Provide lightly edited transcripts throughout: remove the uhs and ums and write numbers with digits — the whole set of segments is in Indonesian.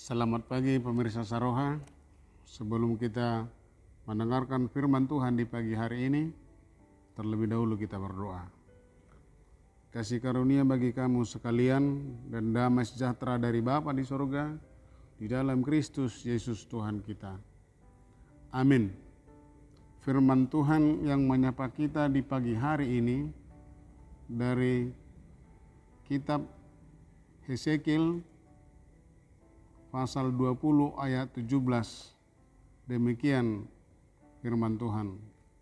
Selamat pagi pemirsa Saroha. Sebelum kita mendengarkan firman Tuhan di pagi hari ini, terlebih dahulu kita berdoa. Kasih karunia bagi kamu sekalian dan damai sejahtera dari Bapa di sorga, di dalam Kristus Yesus Tuhan kita. Amin. Firman Tuhan yang menyapa kita di pagi hari ini dari kitab Hesekiel pasal 20 ayat 17. Demikian firman Tuhan.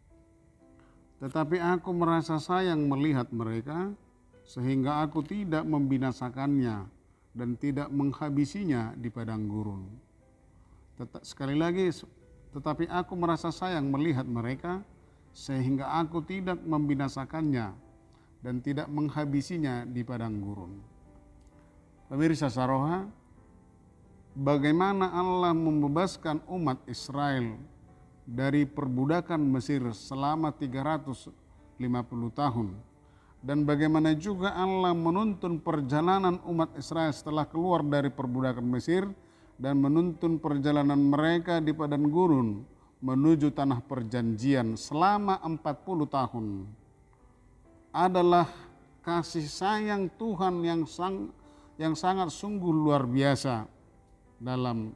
Tetapi aku merasa sayang melihat mereka, sehingga aku tidak membinasakannya dan tidak menghabisinya di padang gurun. Sekali lagi, tetapi aku merasa sayang melihat mereka, sehingga aku tidak membinasakannya dan tidak menghabisinya di padang gurun. Pemirsa Saroha, bagaimana Allah membebaskan umat Israel dari perbudakan Mesir selama 350 tahun. Dan bagaimana juga Allah menuntun perjalanan umat Israel setelah keluar dari perbudakan Mesir dan menuntun perjalanan mereka di padang gurun menuju tanah perjanjian selama 40 tahun. Adalah kasih sayang Tuhan yang sangat sungguh luar biasa dalam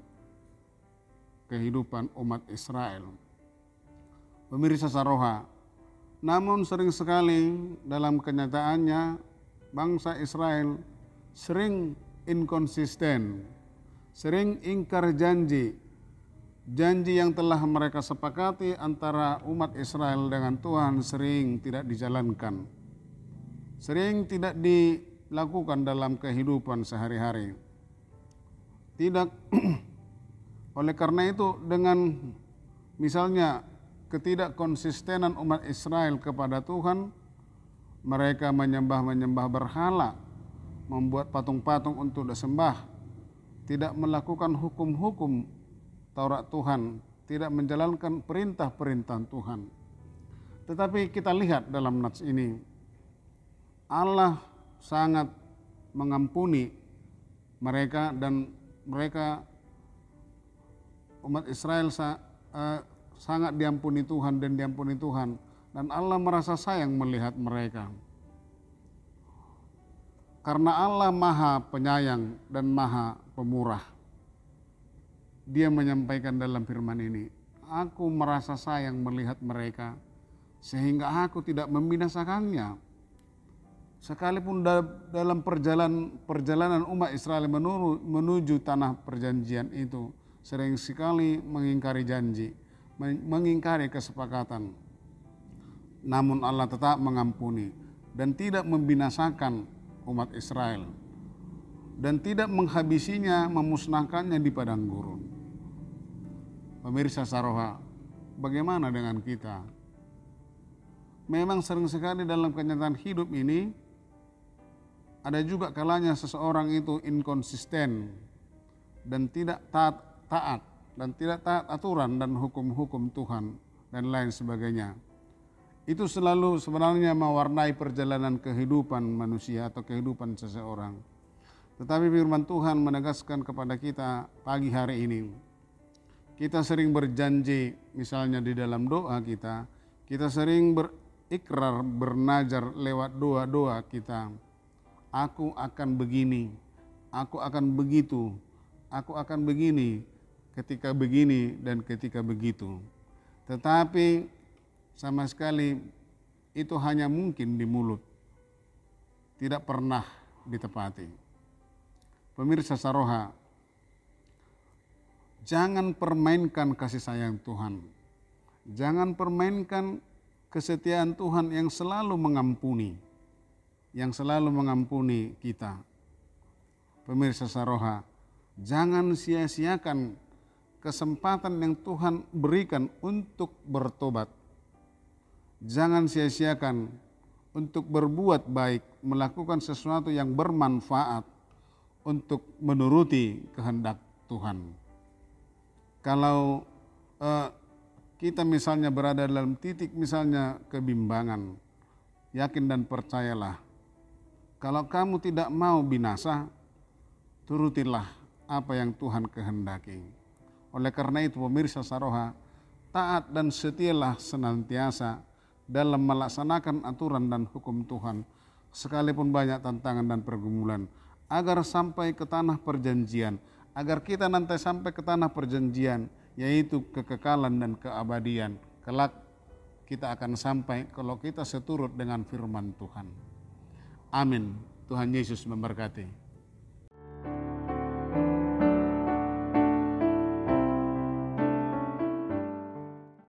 kehidupan umat Israel. Pemirsa Saroha, namun sering sekali dalam kenyataannya bangsa Israel sering inkonsisten, sering ingkar janji yang telah mereka sepakati antara umat Israel dengan Tuhan sering tidak dijalankan, sering tidak dilakukan dalam kehidupan sehari-hari. Tidak, oleh karena itu dengan misalnya ketidakkonsistenan umat Israel kepada Tuhan, mereka menyembah berhala, membuat patung-patung untuk disembah, tidak melakukan hukum-hukum Taurat Tuhan, tidak menjalankan perintah-perintah Tuhan. Tetapi kita lihat dalam nats ini, Allah sangat mengampuni mereka dan mereka umat Israel sangat diampuni Tuhan dan diampuni Tuhan, dan Allah merasa sayang melihat mereka. Karena Allah Maha Penyayang dan Maha Pemurah, Dia menyampaikan dalam firman ini, aku merasa sayang melihat mereka sehingga aku tidak membinasakannya. Sekalipun dalam perjalanan umat Israel menuju tanah perjanjian itu sering sekali mengingkari janji, mengingkari kesepakatan. Namun Allah tetap mengampuni dan tidak membinasakan umat Israel dan tidak menghabisinya, memusnahkannya di padang gurun. Pemirsa Saroha, bagaimana dengan kita? Memang sering sekali dalam kenyataan hidup ini ada juga kalanya seseorang itu inkonsisten dan tidak taat dan tidak taat aturan dan hukum-hukum Tuhan dan lain sebagainya. Itu selalu sebenarnya mewarnai perjalanan kehidupan manusia atau kehidupan seseorang. Tetapi firman Tuhan menegaskan kepada kita pagi hari ini, kita sering berjanji misalnya di dalam doa kita sering berikrar, bernajar lewat doa-doa kita. Aku akan begini, aku akan begitu, aku akan begini, ketika begini dan ketika begitu. Tetapi sama sekali itu hanya mungkin di mulut, tidak pernah ditepati. Pemirsa Saroha, jangan permainkan kasih sayang Tuhan. Jangan permainkan kesetiaan Tuhan yang selalu mengampuni, kita. Pemirsa Saroha, jangan sia-siakan kesempatan yang Tuhan berikan untuk bertobat. Jangan sia-siakan untuk berbuat baik, melakukan sesuatu yang bermanfaat untuk menuruti kehendak Tuhan. Kalau kita misalnya berada dalam titik misalnya kebimbangan, yakin dan percayalah, kalau kamu tidak mau binasa, turutilah apa yang Tuhan kehendaki. Oleh karena itu pemirsa Saroha, taat dan setialah senantiasa dalam melaksanakan aturan dan hukum Tuhan, sekalipun banyak tantangan dan pergumulan, agar sampai ke tanah perjanjian, agar kita nanti sampai ke tanah perjanjian, yaitu kekekalan dan keabadian. Kelak kita akan sampai kalau kita seturut dengan firman Tuhan. Amin. Tuhan Yesus memberkati.